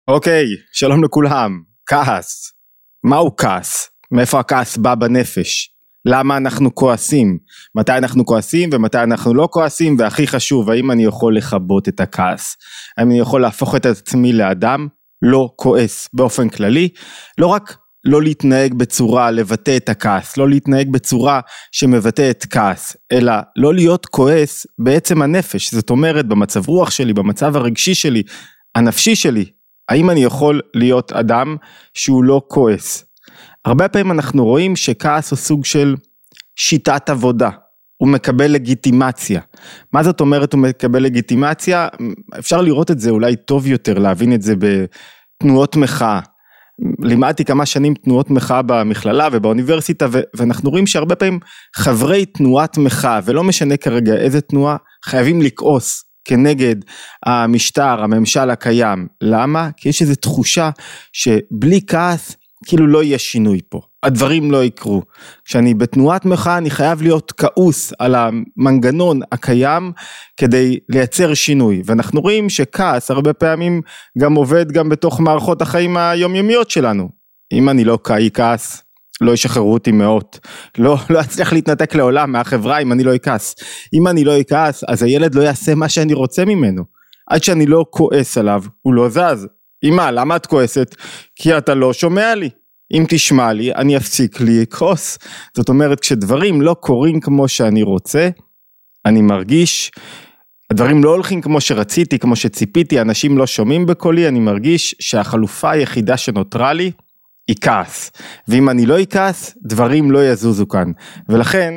אוקיי, שלום לכולם. כעס. מהו כעס? מאיפה הכעס בא בנפש? למה אנחנו כועסים? מתי אנחנו כועסים ומתי אנחנו לא כועסים? והכי חשוב, האם אני יכול לכבות את הכעס? האם אני יכול להפוך את עצמי לאדם לא כועס באופן כללי? לא רק לא להתנהג בצורה לבטא את הכעס, לא להתנהג בצורה שמבטא את כעס, אלא לא להיות כועס בעצם הנפש. זאת אומרת, במצב רוח שלי, במצב הרגשי שלי, הנפשי שלי, האם אני יכול להיות אדם שהוא לא כועס? הרבה פעמים אנחנו רואים שכעס הוא סוג של שיטת עבודה, הוא מקבל לגיטימציה. מה זאת אומרת הוא מקבל לגיטימציה? אפשר לראות את זה אולי טוב יותר, להבין את זה בתנועות מחאה. לימדתי כמה שנים תנועות מחאה במכללה ובאוניברסיטה, ואנחנו רואים שהרבה פעמים חברי תנועת מחאה, ולא משנה כרגע איזה תנועה, חייבים לכעוס כנגד המשטר, הממשל הקיים. למה? כי יש איזו תחושה שבלי כעס, כאילו לא יהיה שינוי פה. הדברים לא יקרו. כשאני בתנועת מחאה, אני חייב להיות כעוס על המנגנון הקיים, כדי לייצר שינוי. ואנחנו רואים שכעס הרבה פעמים גם עובד גם בתוך מערכות החיים היומיומיות שלנו. אם אני לא כעס, לא ישחררו אותי מאות, לא אצליח להתנתק לעולם מהחברה אם אני לא אכעס. אם אני לא אכעס, אז הילד לא יעשה מה שאני רוצה ממנו. עד שאני לא כועס עליו, הוא לא זז. אמא, למה את כועסת? כי אתה לא שומע לי. אם תשמע לי, אני אפסיק לכעוס. זאת אומרת, כשדברים לא קורים כמו שאני רוצה, אני מרגיש, הדברים לא הולכים כמו שרציתי, כמו שציפיתי, אנשים לא שומעים בקולי, אני מרגיש שהחלופה היחידה שנותרה לי, היא כעס, ואם אני לא אכעס, דברים לא יזוזו כאן, ולכן,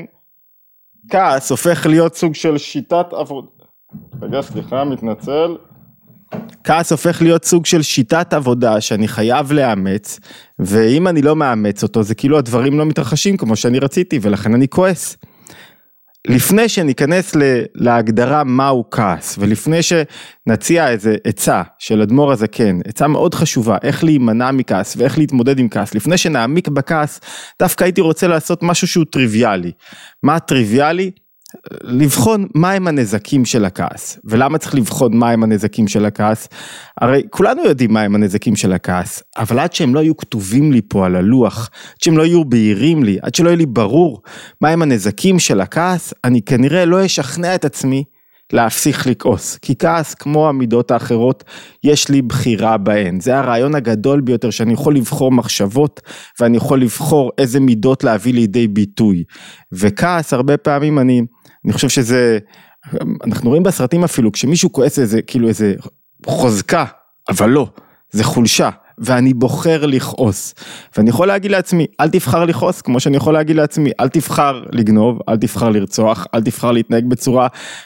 כעס הופך להיות סוג של שיטת עבודה, רגע סליחה, מתנצל, כעס הופך להיות סוג של שיטת עבודה, שאני חייב לאמץ, ואם אני לא מאמץ אותו, זה כאילו הדברים לא מתרחשים כמו שאני רציתי, ולכן אני כועס. לפני שניכנס להגדרה מהו כעס, ולפני שנציע איזה עצה של אדמו"ר הזקן, עצה מאוד חשובה, איך להימנע מכעס ואיך להתמודד עם כעס, לפני שנעמיק בכעס, דווקא הייתי רוצה לעשות משהו שהוא טריוויאלי. מה טריוויאלי? לבחון מהם הנזקים של הכעס, ולמה צריך לבחון מהם הנזקים של הכעס? הרי כולנו יודעים מהם הנזקים של הכעס, אבל עד שהם לא יהיו כתובים לי פה על הלוח, עד שהם לא יהיו בהירים לי, עד שלא יהיה לי ברור מהם הנזקים של הכעס, אני כנראה לא אשכנע את עצמי להפסיק לכעוס, כי כעס כמו המידות האחרות, יש לי בחירה בהן, זה הרעיון הגדול ביותר, שאני יכול לבחור מחשבות, ואני יכול לבחור איזה מידות להביא לידי ביטוי, וכעס הרבה פעמים אני חושב שזה, אנחנו רואים בסרטים אפילו, כשמישהו כועס איזה, כאילו איזה חוזקה, אבל לא, זה חולשה, ואני בוחר לכעוס, ואני יכול להגיד לעצמי, אל תבחר לכעוס, כמו שאני יכול להגיד לעצמי, אל תבחר לגנוב, אל תבחר לרצוח, אל תבחר להתנהג בצורה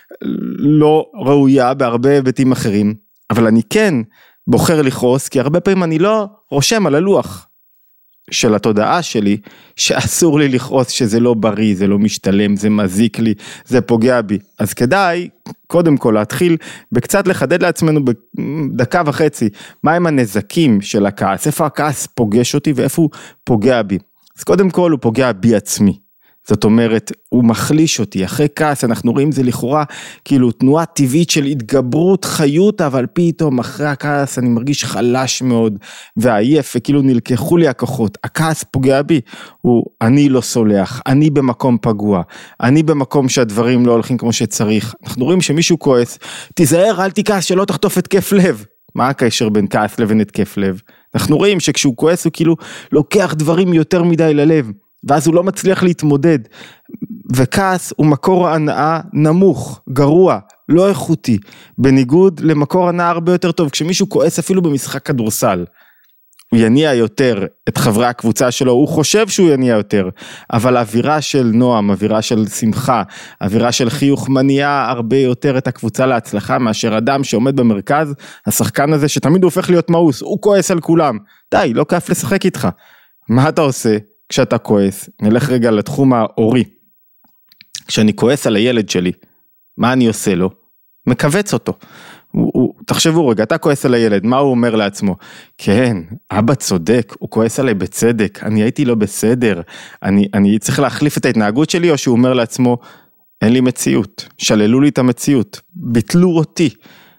לא ראויה, בהרבה היבטים אחרים, אבל אני כן בוחר לכעוס, כי הרבה פעמים אני לא רושם על הלוח, של התודעה שלי, שאסור לי לכעוס, שזה לא בריא, זה לא משתלם, זה מזיק לי, זה פוגע בי. אז כדאי, קודם כל, להתחיל בקצת לחדד לעצמנו בדקה וחצי, מהם הנזקים של הכעס, איפה הכעס פוגש אותי, ואיפה הוא פוגע בי. אז קודם כל, הוא פוגע בי עצמי. זאת אומרת, הוא מחליש אותי, אחרי כעס אנחנו רואים זה לכאורה, כאילו תנועה טבעית של התגברות חיות, אבל פתאום אחרי הכעס אני מרגיש חלש מאוד, ועייף, וכאילו נלקחו לי הכוחות, הכעס פוגע בי, אני לא סולח, אני במקום פגוע, אני במקום שהדברים לא הולכים כמו שצריך, אנחנו רואים שמישהו כועס, תיזהר, אל תכעס שלא תחטוף התקף לב, מה הקשר בין כעס לבין התקף לב? אנחנו רואים שכשהוא כועס הוא כאילו לוקח דברים יותר מדי ללב, ואז הוא לא מצליח להתמודד, וכעס הוא מקור הנאה נמוך, גרוע, לא איכותי, בניגוד למקור הנאה הרבה יותר טוב, כשמישהו כועס אפילו במשחק כדורסל, הוא יניע יותר את חברי הקבוצה שלו, הוא חושב שהוא יניע יותר, אבל האווירה של נועם, אווירה של שמחה, אווירה של חיוך מניעה הרבה יותר את הקבוצה להצלחה, מאשר אדם שעומד במרכז, השחקן הזה שתמיד הוא הופך להיות מאוס, הוא כועס על כולם, די, לא כיף לשחק איתך, מה אתה עושה? כשאתה כועס, נלך רגע לתחום ההורי, כשאני כועס על הילד שלי, מה אני עושה לו? מקווץ אותו, תחשבו רגע, אתה כועס על הילד, מה הוא אומר לעצמו? כן, אבא צודק, הוא כועס עליי בצדק, אני הייתי לא בסדר, אני צריך להחליף את ההתנהגות שלי, או שהוא אומר לעצמו, אין לי מציאות, שללו לי את המציאות, ביטלו אותי,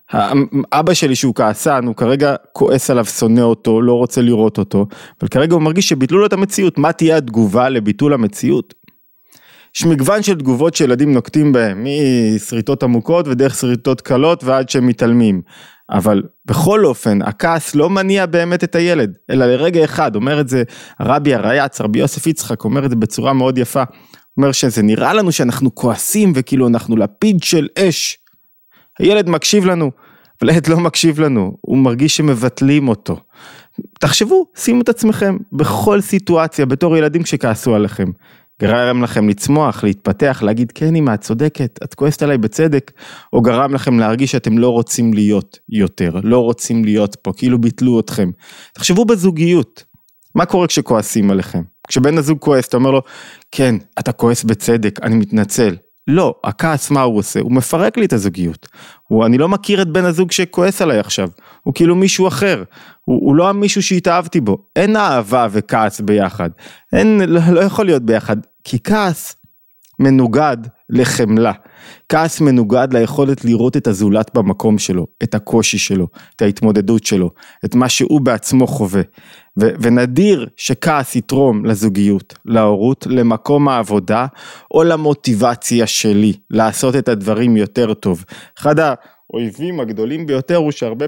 אבא שלי שהוא כעסן, הוא כרגע כועס עליו, שונא אותו, לא רוצה לראות אותו, אבל כרגע הוא מרגיש שביטלו לו את המציאות. מה תהיה התגובה לביטול המציאות? יש מגוון של תגובות שילדים נוקטים בהם, מסריטות עמוקות ודרך סריטות קלות ועד שהם מתעלמים. אבל בכל אופן, הכעס לא מניע באמת את הילד, אלא לרגע אחד. אומר את זה הרבי הרייץ, רבי יוסף יצחק, אומר את זה בצורה מאוד יפה. אומר שזה נראה לנו שאנחנו כועסים וכאילו אנחנו לפיד של אש. הילד מקשיב לנו, אבל הילד לא מקשיב לנו, הוא מרגיש שמבטלים אותו. תחשבו, שימו את עצמכם בכל סיטואציה, בתור ילדים שכעסו עליכם. גרם לכם לצמוח, להתפתח, להגיד כן אמא, את צודקת, את כועסת עליי בצדק, או גרם לכם להרגיש שאתם לא רוצים להיות יותר, לא רוצים להיות פה, כאילו ביטלו אתכם. תחשבו בזוגיות, מה קורה כשכועסים עליכם? כשבן הזוג כועס, אתה אומר לו, כן, אתה כועס בצדק, אני מתנצל. לא, הכעס מה הוא עושה? הוא מפרק לי את הזוגיות. אני לא מכיר את בן הזוג שכועס עליי עכשיו. הוא כאילו מישהו אחר. הוא לא המישהו שהתאהבתי בו. אין אהבה וכעס ביחד. לא יכול להיות ביחד. כי כעס מנוגד לחמלה. כעס מנוגד ליכולת לראות את הזולת במקום שלו, את הקושי שלו, את ההתמודדות שלו, את מה שהוא בעצמו חווה. ונדיר שכעס יתרום לזוגיות, להורות, למקום העבודה, או למוטיבציה שלי, לעשות את הדברים יותר טוב. אחד האויבים הגדולים ביותר הוא שהרבה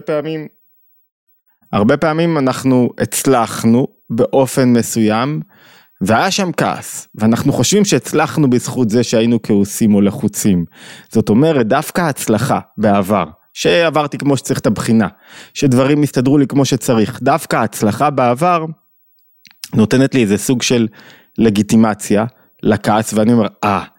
פעמים אנחנו הצלחנו באופן מסוים, והיה שם כעס, ואנחנו חושבים שהצלחנו בזכות זה שהיינו כעוסים או לחוצים. זאת אומרת, דווקא הצלחה בעבר, שעברתי כמו שצריך את הבחינה, שדברים מסתדרו לי כמו שצריך, דווקא הצלחה בעבר, נותנת לי איזה סוג של לגיטימציה לכעס, ואני אומר,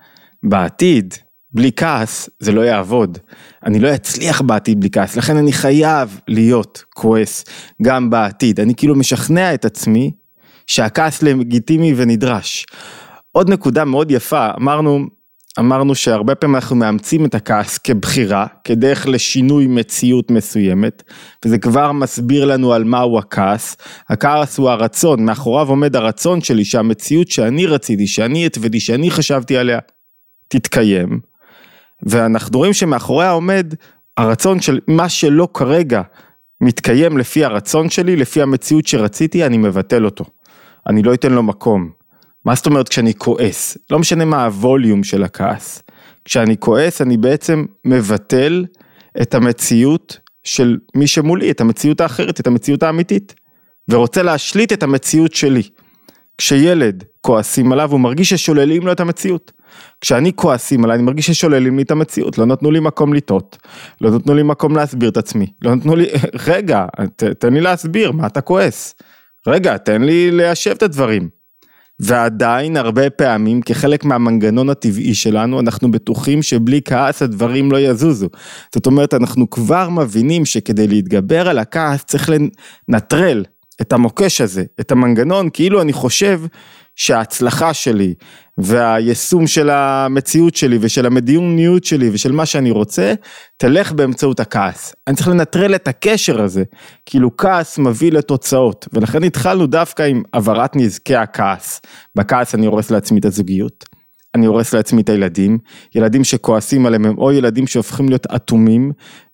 בעתיד, בלי כעס, זה לא יעבוד. אני לא אצליח בעתיד בלי כעס, לכן אני חייב להיות כועס גם בעתיד. אני כאילו משכנע את עצמי, שהכעס לגיטימי ונדרש. עוד נקודה מאוד יפה, אמרנו שהרבה פעמים אנחנו מאמצים את הכעס כבחירה, כדרך לשינוי מציאות מסוימת, וזה כבר מסביר לנו על מהו הכעס. הכעס הוא הרצון, מאחוריו עומד הרצון שלי, שהמציאות שאני רציתי, שאני התוויתי, שאני חשבתי עליה, תתקיים, ואנחנו רואים שמאחוריה עומד הרצון של מה שלא כרגע מתקיים לפי הרצון שלי, לפי המציאות שרציתי, אני מבטל אותו. אני לא אתן לו מקום. מה זאת אומרת כשאני כועס? לא משנה מה הווליום של הכעס. כשאני כועס אני בעצם מבטל את המציאות של מי שמולי, את המציאות האחרת, את המציאות האמיתית. ורוצה להשליט את המציאות שלי. כשילד כועסים עליו הוא מרגיש ששוללים לו את המציאות. כשאני כועסים עליי אני מרגיש ששוללים לי את המציאות. לא נתנו לי מקום לטעות. לא נתנו לי מקום להסביר את עצמי. לא נתנו לי, רגע, תן לי להסביר מה אתה כועס. רגע, תן לי ליישב את הדברים. ועדיין הרבה פעמים, כחלק מהמנגנון הטבעי שלנו, אנחנו בטוחים שבלי כעס הדברים לא יזוזו. זאת אומרת, אנחנו כבר מבינים שכדי להתגבר על הכעס, צריך לנטרל את המוקש הזה, את המנגנון, כאילו אני חושב שההצלחה שלי, והיישום של המציאות שלי, ושל המדיניות שלי, ושל מה שאני רוצה, תלך באמצעות הכעס. אני צריך לנטרל את הקשר הזה, כאילו כעס מביא לתוצאות, ולכן התחלנו דווקא עם עברת נזקי הכעס. בכעס אני הורס לעצמי את הזוגיות, אני הורס לעצמי את הילדים, ילדים שכועסים עליהם, הם או ילדים שהופכים להיות אטומים,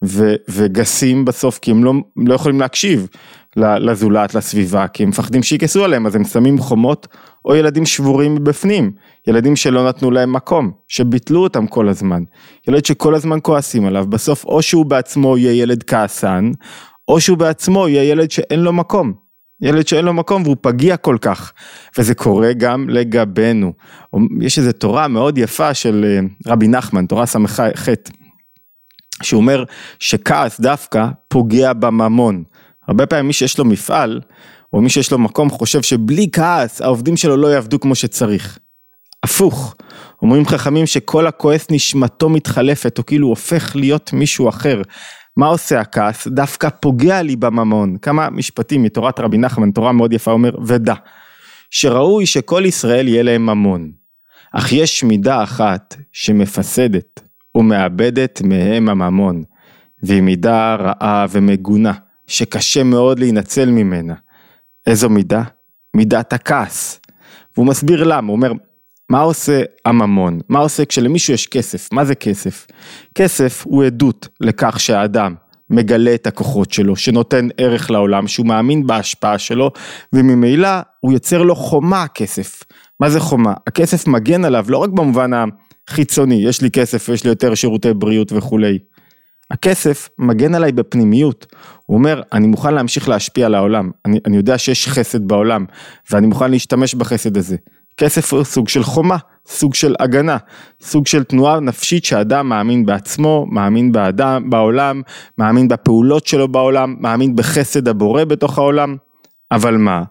וגסים בסוף, כי הם לא יכולים להקשיב לזולת, לסביבה, כי הם מפחדים שיקסו עליהם, אז הם שמים חומות, או ילדים שבורים בפנים, ילדים שלא נתנו להם מקום, שביטלו אותם כל הזמן, ילד שכל הזמן כועסים עליו, בסוף או שהוא בעצמו יהיה ילד כעסן, או שהוא בעצמו יהיה ילד שאין לו מקום, ילד שאין לו מקום והוא פגיע כל כך, וזה קורה גם לגבינו. יש איזו תורה מאוד יפה של רבי נחמן, תורה סמכה ח', שהוא אומר שכעס דווקא פוגע בממון. הרבה פעמים מי שיש לו מפעל, או מי שיש לו מקום, חושב שבלי כעס העובדים שלו לא יעבדו כמו שצריך. הפוך, אומרים חכמים שכל הכועס נשמתו מתחלפת, או כאילו הופך להיות מישהו אחר. מה עושה הכעס? דווקא פוגע לי בממון. כמה משפטים מתורת רבי נחמן, תורה מאוד יפה, אומר, ודע, שראוי שכל ישראל יהיה להם ממון, אך יש מידה אחת שמפסדת ומאבדת מהם הממון, והיא מידה רעה ומגונה, שקשה מאוד להינצל ממנה. איזו מידה? מידת הכעס. והוא מסביר למה, הוא אומר, מה עושה הממון? מה עושה כשלמישהו יש כסף? מה זה כסף? כסף הוא עדות לכך שהאדם מגלה את הכוחות שלו, שנותן ערך לעולם, שהוא מאמין בהשפעה שלו, וממילא הוא יוצר לו חומה הכסף. מה זה חומה? הכסף מגן עליו, לא רק במובן החיצוני, יש לי כסף ויש לי יותר שירותי בריאות וכולי. הכסף מגן עליי בפנימיות, הוא אומר, אני מוכן להמשיך להשפיע על העולם, אני יודע שיש חסד בעולם, ואני מוכן להשתמש בחסד הזה. כסף הוא סוג של חומה, סוג של הגנה, סוג של תנועה נפשית שהאדם מאמין בעצמו, מאמין באדם, בעולם, מאמין בפעולות שלו בעולם, מאמין בחסד הבורא בתוך העולם, אבל מה?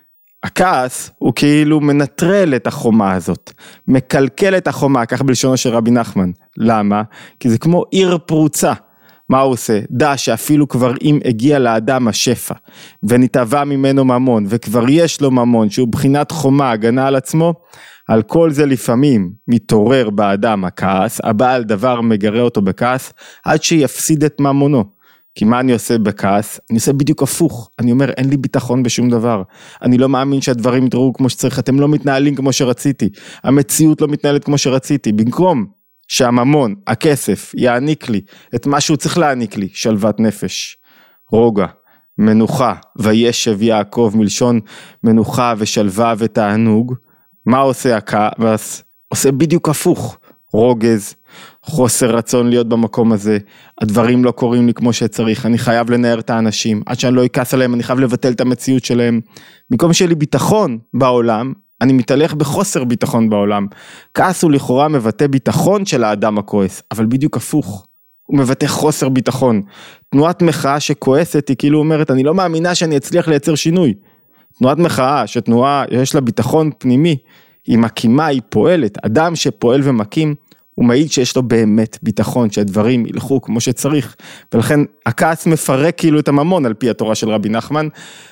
הכעס הוא כאילו מנטרל את החומה הזאת, מקלקל את החומה, כך בלשונו של רבי נחמן. למה? כי זה כמו עיר פרוצה. מה הוא עושה? דע שאפילו כבר אם הגיע לאדם השפע, ונתאווה ממנו ממון, וכבר יש לו ממון, שהוא בחינת חומה, הגנה על עצמו, על כל זה לפעמים מתעורר באדם הכעס, הבעל דבר מגרה אותו בכעס, עד שיפסיד את ממונו. כי מה אני עושה בכעס? אני עושה בדיוק הפוך, אני אומר אין לי ביטחון בשום דבר, אני לא מאמין שהדברים יתראו כמו שצריך, אתם לא מתנהלים כמו שרציתי, המציאות לא מתנהלת כמו שרציתי, במקום שהממון, הכסף, יעניק לי את מה שהוא צריך להעניק לי, שלוות נפש, רוגע, מנוחה, וישב יעקב מלשון מנוחה ושלווה ותענוג, מה עושה הכעס? עושה בדיוק הפוך, רוגז, חוסר רצון להיות במקום הזה, הדברים לא קורים לי כמו שצריך, אני חייב לנער את האנשים, עד שאני לא אכעס עליהם, אני חייב לבטל את המציאות שלהם, במקום שיהיה לי ביטחון בעולם, אני מתהלך בחוסר ביטחון בעולם, כעס הוא לכאורה מבטא ביטחון של האדם הכועס, אבל בדיוק הפוך, הוא מבטא חוסר ביטחון, תנועת מחאה שכועסת היא כאילו אומרת, אני לא מאמינה שאני אצליח לייצר שינוי, תנועת מחאה, שתנועה יש לה ביטחון פנימי, היא מקימה, היא פועלת, אדם שפועל ומקים, הוא מעיד שיש לו באמת ביטחון, שהדברים ילכו כמו שצריך, ולכן הכעס מפרק כאילו את הממון, על פי התורה של רבי נחמן.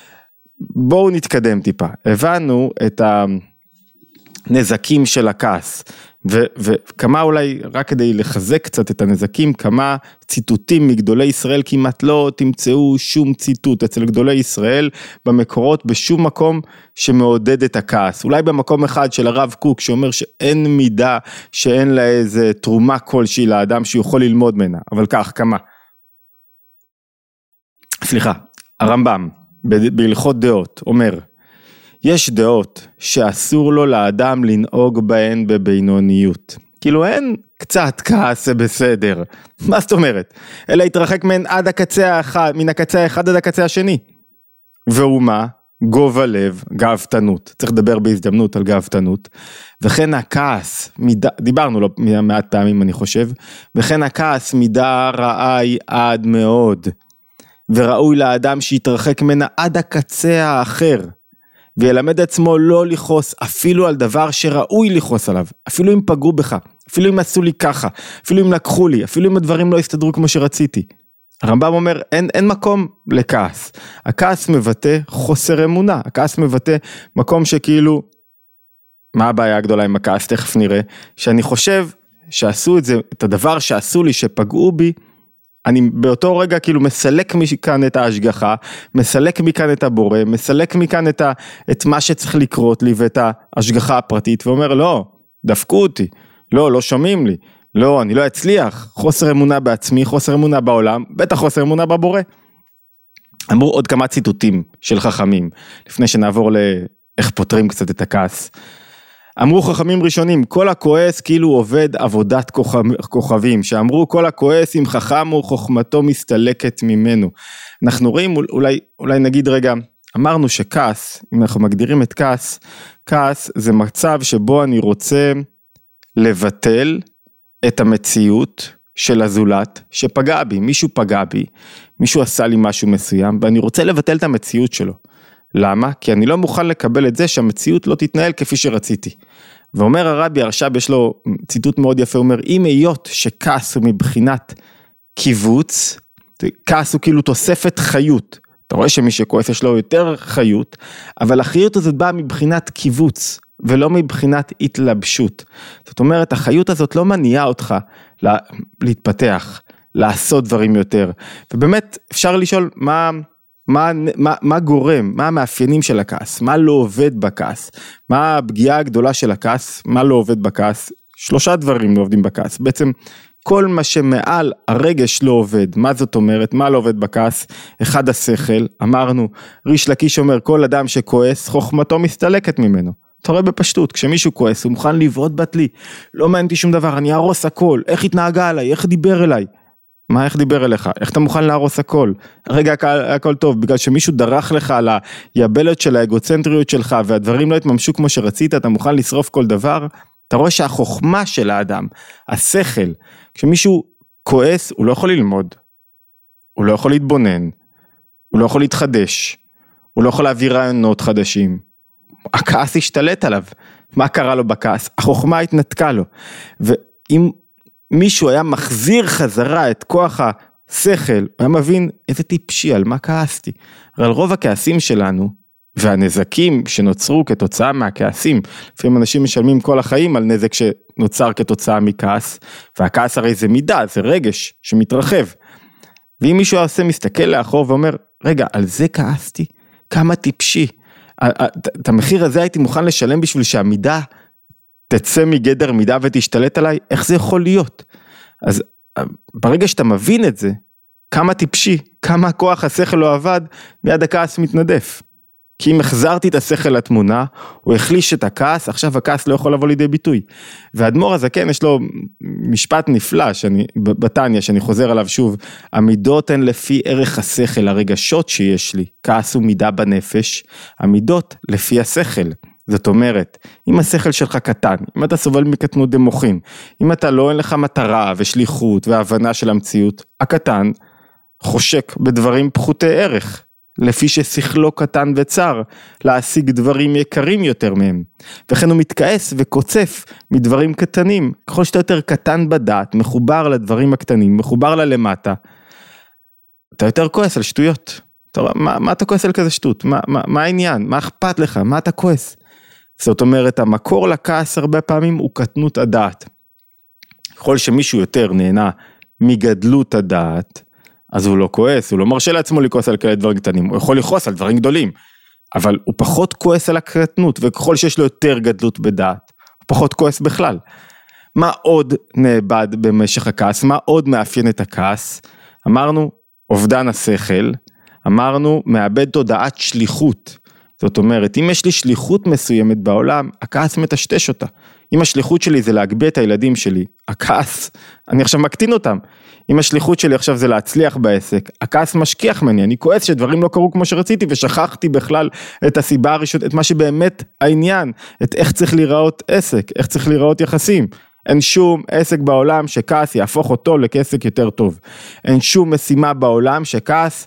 בואו נתקדם טיפה, הבנו את הנזקים של הכעס, וכמה אולי רק כדי לחזק קצת את הנזקים, כמה ציטוטים מגדולי ישראל, כמעט לא תמצאו שום ציטוט אצל גדולי ישראל, במקורות בשום מקום שמעודד את הכעס, אולי במקום אחד של הרב קוק, שאומר שאין מידה, שאין לה איזה תרומה כלשהי לאדם, שיכול ללמוד ממנה, אבל כך, כמה? סליחה, הרמב"ם, בהלכות דעות, אומר, יש דעות שאסור לו לאדם לנהוג בהן בבינוניות. כאילו אין קצת כעס זה בסדר. מה זאת אומרת? אלא יתרחק מן עד הקצה האחד, מן הקצה האחד עד הקצה השני. והוא מה? גובה לב, גאוותנות. צריך לדבר בהזדמנות על גאוותנות. וכן הכעס, דיברנו לו מעט פעמים אני חושב, וכן הכעס מידה רעה היא עד מאוד. וראוי לאדם שיתרחק ממנה עד הקצה האחר. וילמד עצמו לא לכעוס אפילו על דבר שראוי לכעוס עליו, אפילו אם פגעו בך, אפילו אם עשו לי ככה, אפילו אם לקחו לי, אפילו אם הדברים לא הסתדרו כמו שרציתי. הרמב"ם אומר, אין מקום לכעס. הכעס מבטא חוסר אמונה, הכעס מבטא מקום שכאילו, מה הבעיה הגדולה עם הכעס? תכף נראה, שאני חושב שעשו את זה, את הדבר שעשו לי, שפגעו בי, אני באותו רגע כאילו מסלק מכאן את ההשגחה, מסלק מכאן את הבורא, מסלק מכאן את מה שצריך לקרות לי ואת ההשגחה הפרטית, ואומר לא, דפקו אותי, לא שומעים לי, לא, אני לא אצליח, חוסר אמונה בעצמי, חוסר אמונה בעולם, בטח חוסר אמונה בבורא. אמרו עוד כמה ציטוטים של חכמים, לפני שנעבור לאיך פותרים קצת את הכעס. אמרו חכמים ראשונים, כל הכועס כאילו עובד עבודת כוכבים, שאמרו כל הכועס אם חכם הוא חוכמתו מסתלקת ממנו. אנחנו רואים, אולי נגיד רגע, אמרנו שכעס, אם אנחנו מגדירים את כעס, כעס זה מצב שבו אני רוצה לבטל את המציאות של הזולת שפגע בי, מישהו פגע בי, מישהו עשה לי משהו מסוים, ואני רוצה לבטל את המציאות שלו. למה? כי אני לא מוכן לקבל את זה שהמציאות לא תתנהל כפי שרציתי. ואומר הרבי הרש"ב, יש לו ציטוט מאוד יפה, הוא אומר, אם היות שכעס הוא מבחינת קיבוץ, כעס הוא כאילו תוספת חיות, אתה רואה שמי שכועס יש לו יותר חיות, אבל החיות הזאת באה מבחינת קיבוץ, ולא מבחינת התלבשות. זאת אומרת, החיות הזאת לא מניעה אותך להתפתח, לעשות דברים יותר. ובאמת אפשר לשאול מה גורם, מה המאפיינים של הכעס, מה לא עובד בכעס, מה הפגיעה הגדולה של הכעס, מה לא עובד בכעס, 3 דברים לא עובדים בכעס, בעצם כל מה שמעל הרגש לא עובד. מה זאת אומרת? מה לא עובד בכעס? אחד, השכל. אמרנו, ריש לקיש אומר, כל אדם שכועס, חוכמתו מסתלקת ממנו. אתה רואה בפשטות, כשמישהו כועס, הוא מוכן לבעוט בתלי, לא מעניין שום דבר, אני ארוס הכל, איך התנהגה עליי, איך דיבר אליי. מה, איך דיבר אליך? איך אתה מוכן להרוס הכל? רגע, הכל טוב, בגלל שמישהו דרך לך על היבלת של האגוצנטריות שלך, והדברים לא התממשו כמו שרצית, אתה מוכן לשרוף כל דבר. אתה רואה שהחוכמה של האדם, השכל, כשמישהו כועס, הוא לא יכול ללמוד, הוא לא יכול להתבונן, הוא לא יכול להתחדש, הוא לא יכול להעביר רעיונות חדשים. הכעס השתלט עליו. מה קרה לו בכעס? החוכמה התנתקה לו. ואם מישהו היה מחזיר חזרה את כוח השכל, הוא היה מבין איזה טיפשי, על מה כעסתי. על רוב הכעסים שלנו, והנזקים שנוצרו כתוצאה מהכעסים, לפעמים אנשים משלמים כל החיים על נזק שנוצר כתוצאה מכעס, והכעס הרי זה מידה, זה רגש שמתרחב. ואם מישהו עושה מסתכל לאחור ואומר, רגע, על זה כעסתי? כמה טיפשי. את המחיר הזה הייתי מוכן לשלם בשביל שהמידה תצא מגדר מידה ותשתלט עליי, איך זה יכול להיות? אז ברגע שאתה מבין את זה, כמה טיפשי, כמה כוח השכל לא עבד, מיד הכעס מתנדף. כי אם החזרתי את השכל לתמונה, הוא החליש את הכעס, עכשיו הכעס לא יכול לבוא לידי ביטוי. והאדמו"ר הזקן יש לו משפט נפלא, בתניא, שאני חוזר עליו שוב, המידות הן לפי ערך השכל, הרגשות שיש לי, כעס ומידה בנפש, המידות לפי השכל. זאת אומרת, אם השכל שלך קטן, אם אתה סובל מקטנות דמוחין, אם אתה לא אין לך מטרה ושליחות והבנה של המציאות, הקטן חושק בדברים פחותי ערך. לפי ששכלו קטן וצר, להשיג דברים יקרים יותר מהם. וכן הוא מתכעס וקוצף מדברים קטנים. ככל שאתה יותר קטן בדעת, מחובר לדברים הקטנים, מחובר ללמטה, אתה יותר כועס על שטויות. מה אתה כועס על כזה שטות? מה העניין? מה אכפת לך? מה אתה כועס? זאת אומרת, המקור לכעס הרבה פעמים הוא קטנות הדעת. ככל שמישהו יותר נהנה מגדלות הדעת, אז הוא לא כועס, הוא לא מרשה לעצמו לכעוס על כאלה דברים קטנים, הוא יכול לכעוס על דברים גדולים, אבל הוא פחות כועס על הקטנות, וככל שיש לו יותר גדלות בדעת, הוא פחות כועס בכלל. מה עוד נאבד במשך הכעס? מה עוד מאפיין את הכעס? אמרנו, אובדן השכל, אמרנו, מאבד תודעת שליחות, זאת אומרת, אם יש לי שליחות מסוימת בעולם, הכעס מטשטש אותה. אם השליחות שלי זה להגביה את הילדים שלי, הכעס, אני עכשיו מקטין אותם. אם השליחות שלי עכשיו זה להצליח בעסק, הכעס משכיח ממני, אני כועס שדברים לא קרו כמו שרציתי, ושכחתי בכלל את הסיבה הראשונית, את מה שבאמת העניין, את איך צריך להיראות עסק, איך צריך להיראות יחסים. אין שום עסק בעולם שכעס יהפוך אותו לעסק יותר טוב. אין שום משימה בעולם שכעס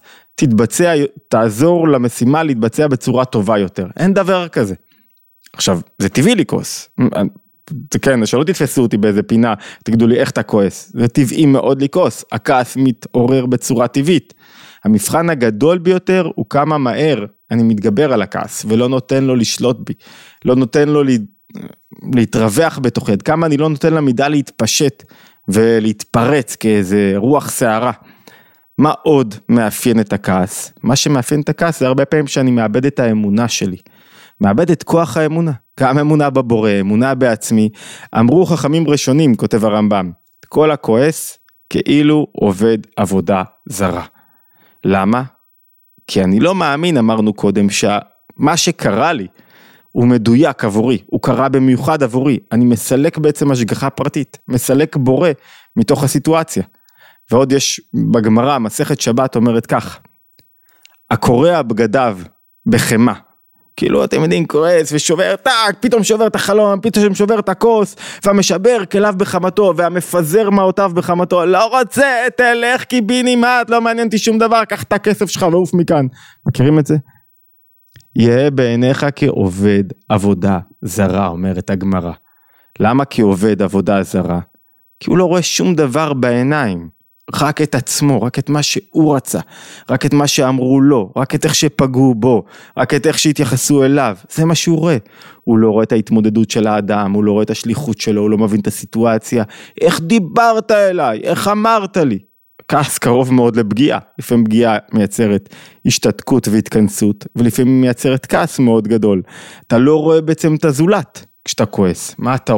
תעזור למשימה להתבצע בצורה טובה יותר. אין דבר כזה. עכשיו, זה טבעי לכעוס. כן, שלא תתפסו אותי באיזה פינה, תגידו לי איך אתה כועס. זה טבעי מאוד לכעוס. הכעס מתעורר בצורה טבעית. המבחן הגדול ביותר הוא כמה מהר אני מתגבר על הכעס, ולא נותן לו לשלוט בי. לא נותן לו להתרווח בתוכי. עד כמה אני לא נותן למידה להתפשט ולהתפרץ כאיזה רוח שערה. מה עוד מאפיין את הכעס? מה שמאפיין את הכעס זה הרבה פעמים שאני מאבד את האמונה שלי. מאבד את כוח האמונה. גם אמונה בבורא, אמונה בעצמי. אמרו חכמים ראשונים, כותב הרמב"ם, כל הכועס כאילו עובד עבודה זרה. למה? כי אני לא מאמין, אמרנו קודם, שמה שקרה לי הוא מדויק עבורי, הוא קרה במיוחד עבורי. אני מסלק בעצם השגחה פרטית, מסלק בורא מתוך הסיטואציה. ועוד יש בגמרא, מסכת שבת אומרת כך, הקורע בגדיו בחמה, כאילו אתם יודעים, כועס ושובר, פתאום שובר את החלום, פתאום שובר את הכוס, והמשבר כליו בחמתו, והמפזר מעותיו בחמתו, לא רוצה, תלך כי בי נמעט, לא מעניין אותי שום דבר, קח את הכסף שלך ועוף מכאן. מכירים את זה? יהיה בעיניך כעובד עבודה זרה, אומרת הגמרא. למה כעובד עבודה זרה? כי הוא לא רואה שום דבר בעיניים. רק את עצמו, רק את מה שהוא רצה, רק את מה שאמרו לו, רק את איך שפגעו בו, רק את איך שהתייחסו אליו, זה מה שהוא רואה. הוא לא רואה את ההתמודדות של האדם, הוא לא רואה את השליחות שלו, הוא לא מבין את הסיטואציה, איך דיברת אליי, איך אמרת לי. כעס קרוב מאוד לפגיעה, לפעמים פגיעה מייצרת השתתקות והתכנסות, ולפעמים מייצרת כעס מאוד גדול. אתה לא רואה בעצם את הזולת כשאתה כועס, מה אתה רואה?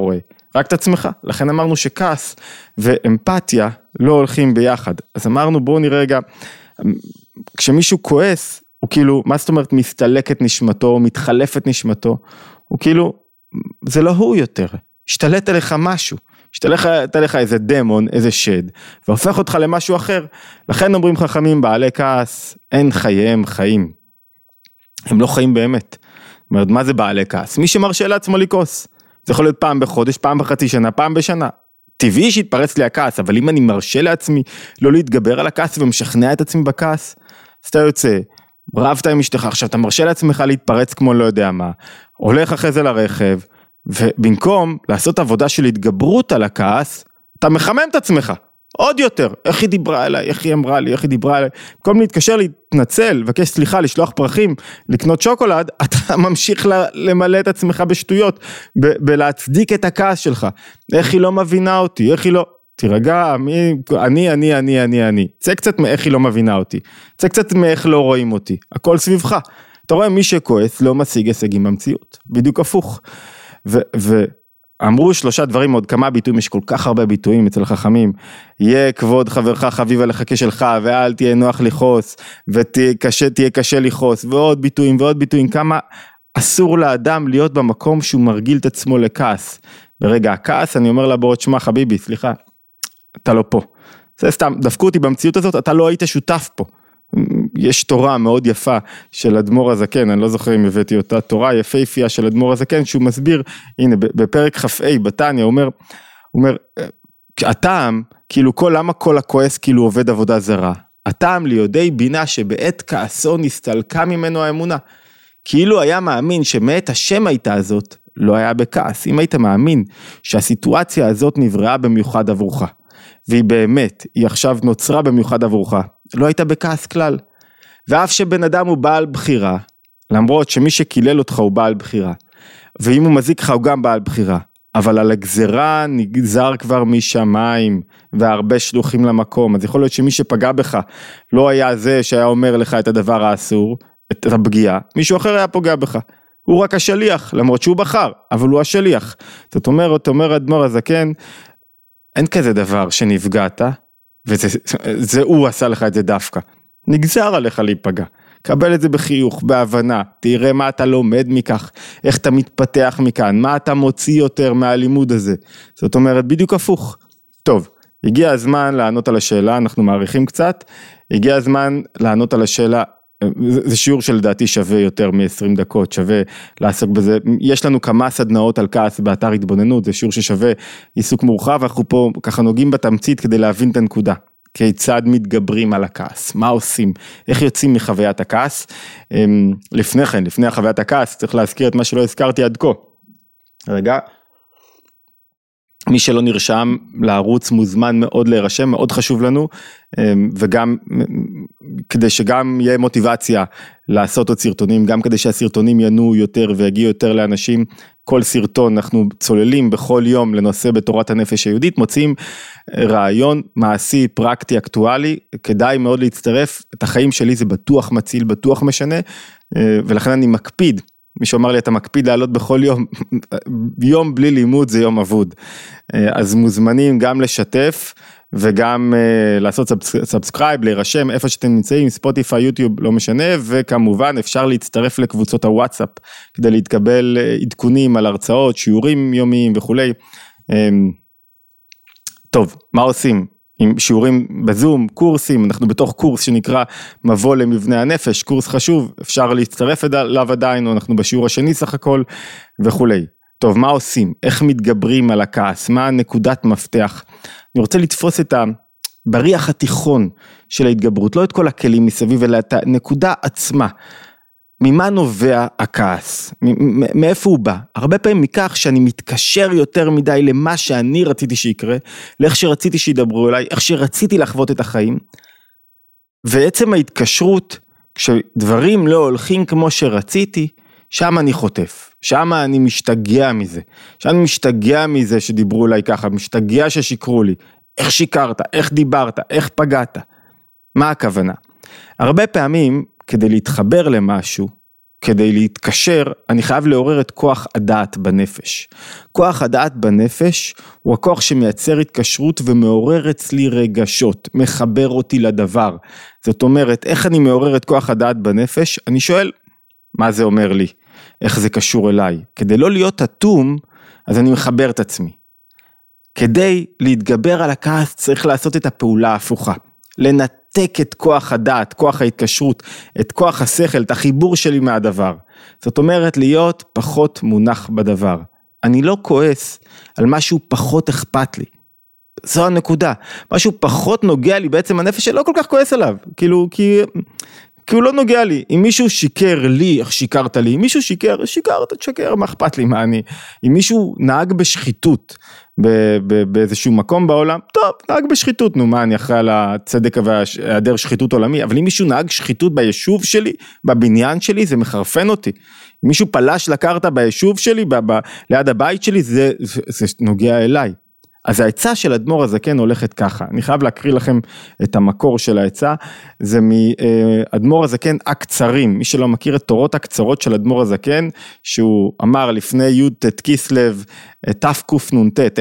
רק את עצמך. לכן אמרנו שכעס ואמפתיה לא הולכים ביחד. אז אמרנו בואו נראה רגע, כשמישהו כועס, הוא כאילו, מה זאת אומרת מסתלקת נשמתו, מתחלפת נשמתו, הוא כאילו, זה לא הוא יותר, השתלט עליך משהו, השתלט עליך איזה דמון, איזה שד, והופך אותך למשהו אחר. לכן אומרים חכמים, בעלי כעס, אין חייהם חיים. הם לא חיים באמת. זאת אומרת, מה זה בעלי כעס? מי שמרשה לעצמו לכעוס. זה יכול להיות פעם בחודש, פעם בחצי שנה, פעם בשנה. טבעי שהתפרץ לי הכעס, אבל אם אני מרשה לעצמי לא להתגבר על הכעס ומשכנע את עצמי בכעס, אז אתה יוצא, רבת עם אשתך, עכשיו אתה מרשה לעצמך להתפרץ כמו לא יודע מה, הולך אחרי זה לרכב, ובמקום לעשות עבודה של התגברות על הכעס, אתה מחמם את עצמך, עוד יותר, איך היא דיברה אליי, איך היא אמרה לי, איך היא דיברה אליי, במקום להתקשר להתנצל, לבקש סליחה, לשלוח פרחים, לקנות שוקולד, אתה ממשיך למלא את עצמך בשטויות, בלהצדיק את הכעס שלך, איך היא לא מבינה אותי, איך היא לא, תירגע, אני, צא קצת מאיך היא לא מבינה אותי, צא קצת מאיך לא רואים אותי, הכל סביבך, אתה רואה מי שכועס לא משיג הישגים במציאות, בדיוק הפוך, אמרו 3 דברים, עוד כמה ביטויים, יש כל כך הרבה ביטויים אצל החכמים, יהיה כבוד חברך חביב עליך כשלך, ואל תהיה נוח לכעוס, ותהיה קשה לכעוס, ועוד ביטויים ועוד ביטויים, כמה אסור לאדם להיות במקום שהוא מרגיל את עצמו לכעס, ברגע הכעס אני אומר לבורת שמה חביבי, סליחה, אתה לא פה, זה סתם, דפקו אותי במציאות הזאת, אתה לא היית שותף פה, יש תורה מאוד יפה של אדמו"ר הזקן, אני לא זוכר אם הבאתי אותה, תורה יפהפייה של אדמו"ר הזקן, שהוא מסביר, הנה בפרק כ"ה בתניא, הוא אומר, הטעם, כאילו למה כל הכועס כאילו עובד עבודה זרה, הטעם ליודעי בינה שבעת כעסו נסתלקה ממנו האמונה, כאילו היה מאמין שמאת השם הייתה הזאת, לא היה בכעס, אם היית מאמין שהסיטואציה הזאת נבראה במיוחד עבורך, והיא באמת, היא עכשיו נוצרה במיוחד עבורך, לא הייתה בכעס כלל, ואף שבן אדם הוא בעל בחירה, למרות שמי שקילל אותך הוא בעל בחירה, ואם הוא מזיק לך הוא גם בעל בחירה, אבל על הגזרה נגזר כבר משמיים, והרבה שלוחים למקום, אז יכול להיות שמי שפגע בך, לא היה זה שהיה אומר לך את הדבר האסור, את הפגיעה, מישהו אחר היה פוגע בך, הוא רק השליח, למרות שהוא בחר, אבל הוא השליח, זאת אומרת, אומר אדמו"ר הזקן, אין כזה דבר שנפגעת, וזה הוא עשה לך את זה דווקא, נגזר עליך להיפגע, קבל את זה בחיוך, בהבנה, תראה מה אתה לומד מכך, איך אתה מתפתח מכאן, מה אתה מוציא יותר מהלימוד הזה, זאת אומרת בדיוק הפוך. טוב, הגיע הזמן לענות על השאלה, אנחנו מעריכים קצת, הגיע הזמן לענות על השאלה, זה שיעור שלדעתי שווה יותר מ-20 דקות, שווה לעסוק בזה, יש לנו כמה סדנאות על כעס באתר התבוננות, זה שיעור ששווה עיסוק מורחב, אנחנו פה ככה נוגעים בתמצית כדי להבין את הנקודה, כיצד מתגברים על הכעס, מה עושים, איך יוצאים מחוויית הכעס, לפני חוויית הכעס, צריך להזכיר את מה שלא הזכרתי עד כה, רגע, מי שלא נרשם לערוץ מוזמן מאוד להירשם, מאוד חשוב לנו, וגם כדי שגם יהיה מוטיבציה לעשות עוד סרטונים, גם כדי שהסרטונים ינועו יותר ויגיעו יותר לאנשים, כל סרטון אנחנו צוללים בכל יום לנושא בתורת הנפש היהודית, מוצאים רעיון מעשי, פרקטי, אקטואלי, כדאי מאוד להצטרף, את החיים שלי זה בטוח מציל, בטוח משנה, ולכן אני מקפיד, מישהו אמר לי, אתה מקפיד לעלות בכל יום, יום בלי לימוד זה יום אבוד, אז מוזמנים גם לשתף, וגם לעשות סאבסקרייב, להירשם, איפה שאתם נמצאים, ספוטיפיי, יוטיוב, לא משנה, וכמובן אפשר להצטרף לקבוצות הוואטסאפ, כדי להתקבל עדכונים על הרצאות, שיעורים יומיים וכולי. טוב, מה עושים? עם שיעורים בזום, קורסים, אנחנו בתוך קורס שנקרא מבוא למבנה הנפש, קורס חשוב, אפשר להצטרף אליו עדיין, או אנחנו בשיעור השני סך הכל, וכולי. טוב, מה עושים? איך מתגברים על הכעס? מה נקודת מפתח? אני רוצה לתפוס את בריח התיכון של ההתגברות, לא את כל הכלים מסביב, אלא את הנקודה עצמה. ממה נובע הכעס? מאיפה הוא בא? הרבה פעמים מכך שאני מתקשר יותר מדי למה שאני רציתי שיקרה, לאיך שרציתי שידברו אליי, איך שרציתי לחוות את החיים, ועצם ההתקשרות, כשדברים לא הולכים כמו שרציתי, שם אני חוטף, שם אני משתגע מזה, שם אני משתגע מזה שדיברו אליי ככה, משתגע ששיקרו לי, איך שיקרת, איך דיברת, איך פגעת, מה הכוונה? הרבה פעמים, כדי להתחבר למשהו, כדי להתקשר, אני חייב לעורר את כוח הדעת בנפש. כוח הדעת בנפש הוא הכוח שמייצר התקשרות ומעורר אצלי רגשות, מחבר אותי לדבר. זאת אומרת, איך אני מעורר את כוח הדעת בנפש? אני שואל, מה זה אומר לי? איך זה קשור אליי? כדי לא להיות אטום, אז אני מחבר את עצמי. כדי להתגבר על הכעס צריך לעשות את הפעולה ההפוכה. לנתק את כוח הדעת, כוח ההתקשרות, את כוח השכל, את החיבור שלי מהדבר. זאת אומרת, להיות פחות מונח בדבר. אני לא כועס על משהו פחות אכפת לי. זו הנקודה. משהו פחות נוגע לי, בעצם הנפש שלא כל כך כועס עליו. כאילו, כי הוא לא נוגע לי. אם מישהו שיקר לי, איך שיקרת לי? אם מישהו שיקר, תשקר, מה אכפת לי, מה אני? אם מישהו נהג בשחיתות, באיזשהו מקום בעולם, טוב, נהג בשחיתות, נו מה, אני אחראי על הצדק והיעדר שחיתות עולמי, אבל אם מישהו נהג שחיתות ביישוב שלי, בבניין שלי, זה מחרפן אותי. אם מישהו פלש לקרתא ביישוב שלי, ליד הבית שלי, זה נוגע אליי. אז העצה של אדמו"ר הזקן הולכת ככה, אני חייב להקריא לכם את המקור של העצה, זה מאדמו"ר הזקן הקצרים, מי שלא מכיר את תורות הקצרות של אדמו"ר הזקן, שהוא אמר לפני י"ט כסלו תקנ"ט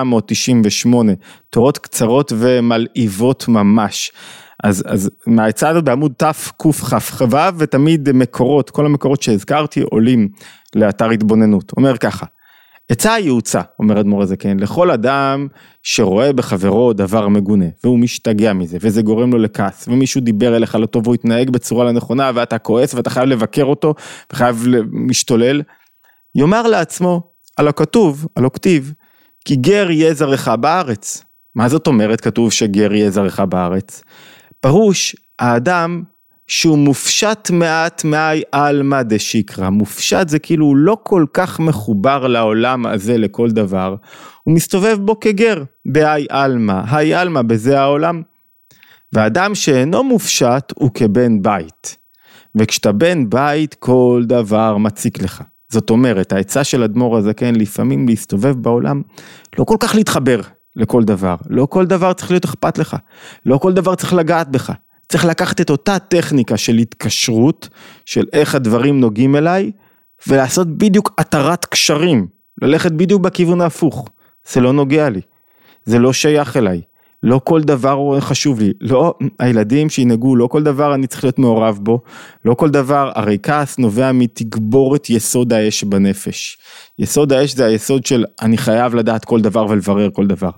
1798, תורות קצרות ומלהיבות ממש, אז מהעצה הזאת בעמוד תקכ"ו, ותמיד מקורות, כל המקורות שהזכרתי עולים לאתר התבוננות, אומר ככה, עצה הייעוצה, אומר אדמו"ר הזקן, לכל אדם שרואה בחברו דבר מגונה, והוא משתגע מזה, וזה גורם לו לכעס, ומישהו דיבר אליך לא טוב, והוא התנהג בצורה לא נכונה, ואתה כועס, ואתה חייב לבקר אותו, וחייב משתולל, יאמר לעצמו, על הכתיב, כי גר יהיה זרעך בארץ. מה זאת אומרת כתוב שגר יהיה זרעך בארץ? פירוש, האדם שהוא מופשט מעט מאי עלמא דשיקרא, מופשט זה כאילו הוא לא כל כך מחובר לעולם הזה לכל דבר, הוא מסתובב בו כגר, באי עלמא, האי עלמא בזה העולם, והאדם שאינו מופשט הוא כבן בית, וכשאתה בן בית כל דבר מציק לך, זאת אומרת העצה של אדמו"ר הזקן לפעמים להסתובב בעולם, לא כל כך להתחבר לכל דבר, לא כל דבר צריך להיות אכפת לך, לא כל דבר צריך לגעת בך, צריך לקחת את אותה טכניקה של התקשרות, של איך הדברים נוגעים אליי, ולעשות בדיוק התרת קשרים, ללכת בדיוק בכיוון ההפוך, זה לא נוגע לי, זה לא שייך אליי, לא כל דבר חשוב לי, לא, הילדים שינהגו, לא כל דבר אני צריך להיות מעורב בו, לא כל דבר, הרי כעס נובע מתגבורת יסוד האש בנפש, יסוד האש זה היסוד של אני חייב לדעת כל דבר ולברר כל דבר,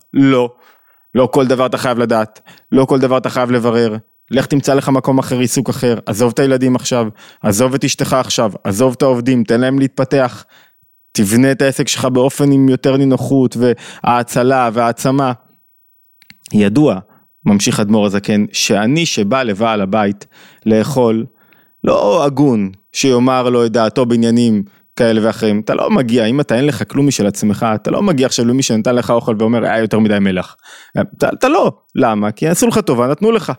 לא כל דבר אתה חייב לדעת, לא כל דבר אתה חייב לברר, לך תמצא לך מקום אחר, עיסוק אחר, עזוב את הילדים עכשיו, עזוב את אשתך עכשיו, עזוב את העובדים, תן להם להתפתח, תבנה את העסק שלך באופן עם יותר נינוחות, וההצלה והעצמה. ידוע, ממשיך אדמו"ר הזקן, שאני שבא לבעל הבית לאכול, לא הגון שיאמר לו את דעתו בעניינים כאלה ואחרים, אתה לא מגיע, אם אתה אין לך כלום משל עצמך, אתה לא מגיע עכשיו למי שנתן לך אוכל ואומר, יותר מדי מלח. אתה לא, למה? כי עשו לך טובה, נתנו לך.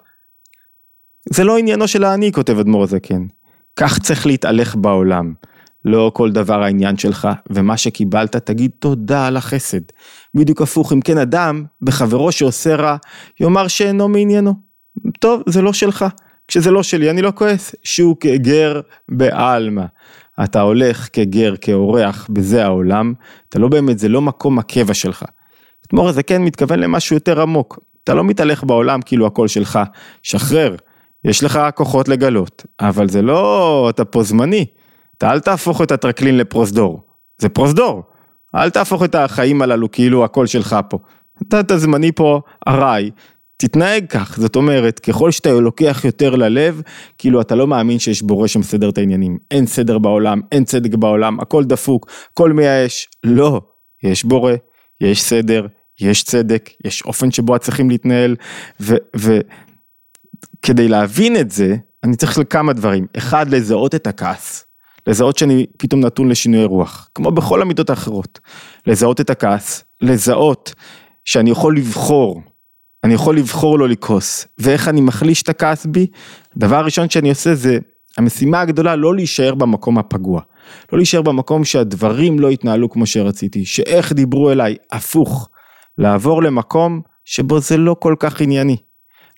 זה לא עניינו של העני, כותב אדמו"ר הזקן. כך צריך להתהלך בעולם. לא כל דבר העניין שלך, ומה שקיבלת תגיד תודה על החסד. בדיוק הפוך, אם כן אדם, בחברו שעושה רע, יאמר שאינו מעניינו. טוב, זה לא שלך. כשזה לא שלי, אני לא כועס. שהוא כגר בעלמא. אתה הולך כגר, כאורח, בזה העולם. אתה לא באמת, זה לא מקום הקבע שלך. אדמו"ר הזקן מתכוון למשהו יותר עמוק. אתה לא מתהלך בעולם כאילו הכל שלך. שחרר. יש לך כוחות לגלות, אבל זה לא, אתה פה זמני, אתה אל תהפוך את הטרקלין לפרוזדור, זה פרוזדור, אל תהפוך את החיים הללו כאילו הכל שלך פה, אתה זמני פה ארעי, תתנהג כך, זאת אומרת, ככל שאתה לוקח יותר ללב, כאילו אתה לא מאמין שיש בורא שמסדר את העניינים, אין סדר בעולם, אין צדק בעולם, הכל דפוק, הכל מייאש, לא, יש בורא, יש סדר, יש צדק, יש אופן שבו צריכים להתנהל, כדי להבין את זה, אני צריך לכמה דברים. אחד, לזהות את הכעס. לזהות שאני פתאום נתון לשינוי רוח. כמו בכל המידות האחרות. לזהות את הכעס. לזהות שאני יכול לבחור. אני יכול לבחור לא לכעוס. ואיך אני מחליש את הכעס בי? הדבר הראשון שאני עושה זה, המשימה הגדולה לא להישאר במקום הפגוע. לא להישאר במקום שהדברים לא יתנהלו כמו שרציתי. שאיך דיברו אליי, הפוך. לעבור למקום שבו זה לא כל כך ענייני.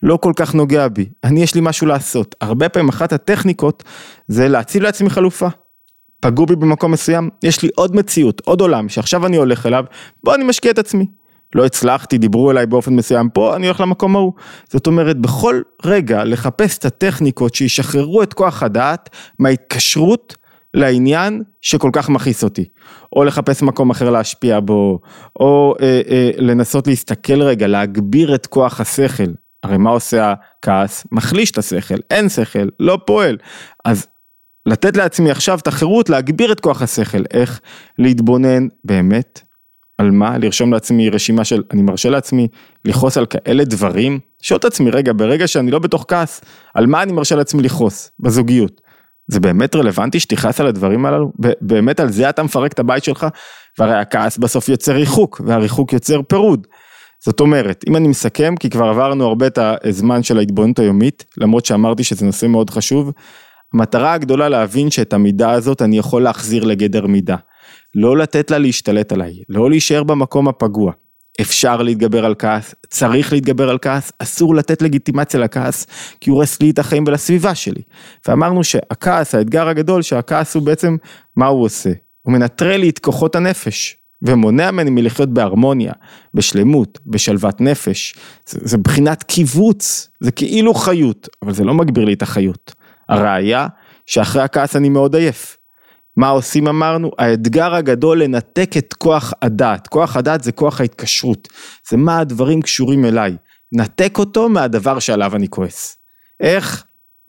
לא כל כך נוגע בי, יש לי משהו לעשות. הרבה פעמים אחת הטכניקות זה להציב לעצמי חלופה. פגעו בי במקום מסוים, יש לי עוד מציאות, עוד עולם, שעכשיו אני הולך אליו, בוא אני משקיע את עצמי. לא הצלחתי, דיברו אליי באופן מסוים, פה אני הולך למקום ההוא. זאת אומרת, בכל רגע לחפש את הטכניקות שישחררו את כוח הדעת מההתקשרות לעניין שכל כך מכעיס אותי. או לחפש מקום אחר להשפיע בו, או לנסות להסתכל רגע, להגביר את כוח השכל. הרי מה עושה הכעס? מחליש את השכל, אין שכל, לא פועל. אז לתת לעצמי עכשיו את החירות להגביר את כוח השכל. איך? להתבונן באמת. על מה? לרשום לעצמי רשימה של, אני מרשה לעצמי לכעוס על כאלה דברים, שואל את עצמי רגע, ברגע שאני לא בתוך כעס, על מה אני מרשה לעצמי לכעוס? בזוגיות. זה באמת רלוונטי שתכעס על הדברים הללו? באמת על זה אתה מפרק את הבית שלך? והרי הכעס בסוף יוצר ריחוק, והריחוק יוצר פירוד. זאת אומרת, אם אני מסכם, כי כבר עברנו הרבה את הזמן של ההתבוננות היומית, למרות שאמרתי שזה נושא מאוד חשוב, המטרה הגדולה להבין שאת המידה הזאת אני יכול להחזיר לגדר מידה. לא לתת לה להשתלט עליי, לא להישאר במקום הפגוע. אפשר להתגבר על כעס, צריך להתגבר על כעס, אסור לתת לגיטימציה לכעס, כי הוא הורס לי את החיים ולסביבה שלי. ואמרנו שהכעס, האתגר הגדול, שהכעס הוא בעצם, מה הוא עושה? הוא מנטרל לי את כוחות הנפש, ומונע ממני מלחיות בהרמוניה, בשלמות, בשלוות נפש. זה בחינת קיבוץ, זה כאילו חיות, אבל זה לא מגביר לי את החיות. הראיה שאחרי הכעס אני מאוד עייף. מה עושים אמרנו? האתגר הגדול לנתק את כוח הדעת. כוח הדעת זה כוח ההתקשרות. זה מה הדברים קשורים אליי. נתק אותו מהדבר שעליו אני כועס. איך?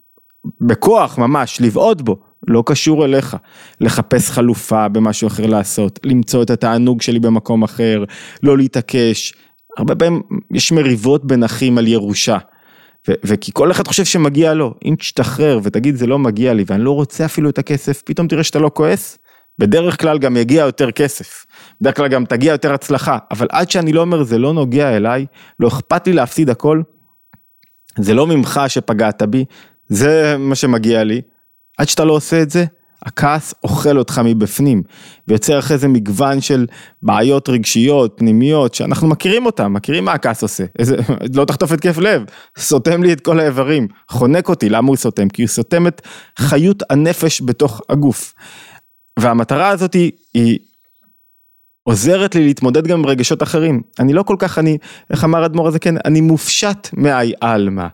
בכוח ממש, לבעוד בו. לא קשור אליך. לחפש חלופה במשהו אחר לעשות. למצוא את התענוג שלי במקום אחר. לא להתעקש. הרבה פעמים יש מריבות בין אחים על ירושה. וכי כל אחד חושב שמגיע לו, אם תשתחרר ותגיד זה לא מגיע לי, ואני לא רוצה אפילו את הכסף, פתאום תראה שאתה לא כועס, בדרך כלל גם יגיע יותר כסף, בדרך כלל גם תגיע יותר הצלחה, אבל עד שאני לא אומר זה לא נוגע אליי, לא אכפת לי להפסיד הכל, זה לא ממך שפגעת בי, זה מה שמגיע לי, עד שאתה לא עושה את זה, הכעס אוכל אותך מבפנים, ויוצר אחרי זה מגוון של בעיות רגשיות, פנימיות, שאנחנו מכירים אותם, מכירים מה הכעס עושה, לא תחטוף את כיף לב, סותם לי את כל האיברים, חונק אותי, למה הוא סותם? כי הוא סותם את חיות הנפש בתוך הגוף, והמטרה הזאת היא עוזרת לי להתמודד גם עם רגשות אחרים, אני לא כל כך, איך אמר אדמו"ר הזה, כן, אני מופשט מהי אלמה,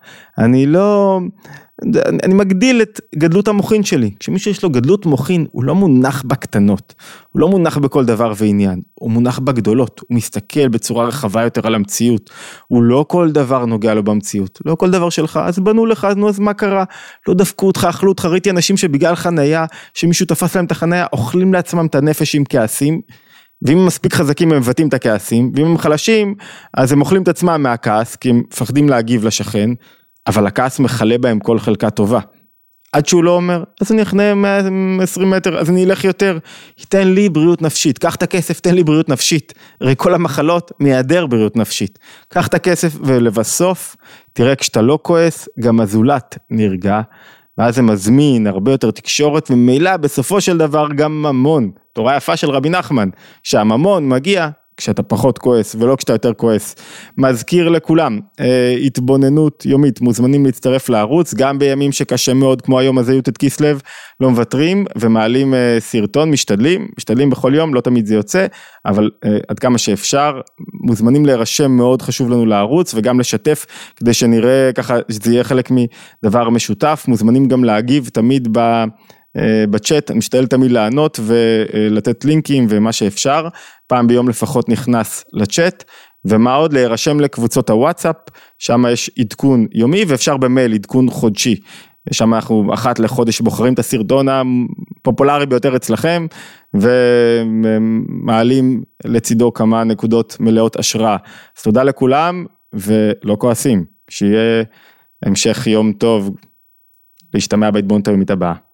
אני מגדיל את גדלות המוחין שלי, כשמישהו יש לו גדלות מוחין, הוא לא מונח בקטנות, הוא לא מונח בכל דבר ועניין, הוא מונח בגדולות, הוא מסתכל בצורה רחבה יותר על המציאות, הוא לא כל דבר נוגע לו במציאות, לא כל דבר שלך, אז בנו לך, אז מה קרה, לא דפקו אותך, אכלו אותך, ראיתי אנשים שבגלל חנייה, שמישהו תפס להם את החנייה, אוכלים לעצמם את הנפש עם כעסים, ואם הם מספיק חזקים הם מבטאים את הכעסים, ואם הם חלשים, אז הם אוכלים את עצמם מהכעס, כי הם מפחדים להגיב לשכן, אבל הכעס מחלה בהם כל חלקה טובה. עד שהוא לא אומר, אז אני אכנה 120 מטר, אז אני אלך יותר, ייתן לי בריאות נפשית, קח את הכסף, תן לי בריאות נפשית, הרי כל המחלות מהיעדר בריאות נפשית, קח את הכסף ולבסוף, תראה כשאתה לא כועס, גם הזולת נרגע, ואז זה מזמין הרבה יותר תקשורת, וממילא בסופו של דבר גם ממון, תורה יפה של רבי נחמן, שהממון מגיע כשאתה פחות כועס ולא כשאתה יותר כועס. מזכיר לכולם, התבוננות יומית, מוזמנים להצטרף לערוץ, גם בימים שקשה מאוד כמו היום הזה י"ט כסלו, לא מוותרים ומעלים סרטון, משתדלים בכל יום, לא תמיד זה יוצא, אבל עד כמה שאפשר, מוזמנים להירשם, מאוד חשוב לנו לערוץ, וגם לשתף, כדי שנראה ככה, שזה יהיה חלק מדבר משותף, מוזמנים גם להגיב תמיד בצ'אט, אני משתדל תמיד לענות ולתת לינקים ומה שאפשר, פעם ביום לפחות נכנס לצ'אט, ומה עוד? להירשם לקבוצות הוואטסאפ, שם יש עדכון יומי ואפשר במייל עדכון חודשי, שם אנחנו אחת לחודש בוחרים את הסרטון הפופולרי ביותר אצלכם, ומעלים לצידו כמה נקודות מלאות השראה, אז תודה לכולם ולא כועסים, שיהיה המשך יום טוב, להשתמע בהתבוננות היומית הבאה.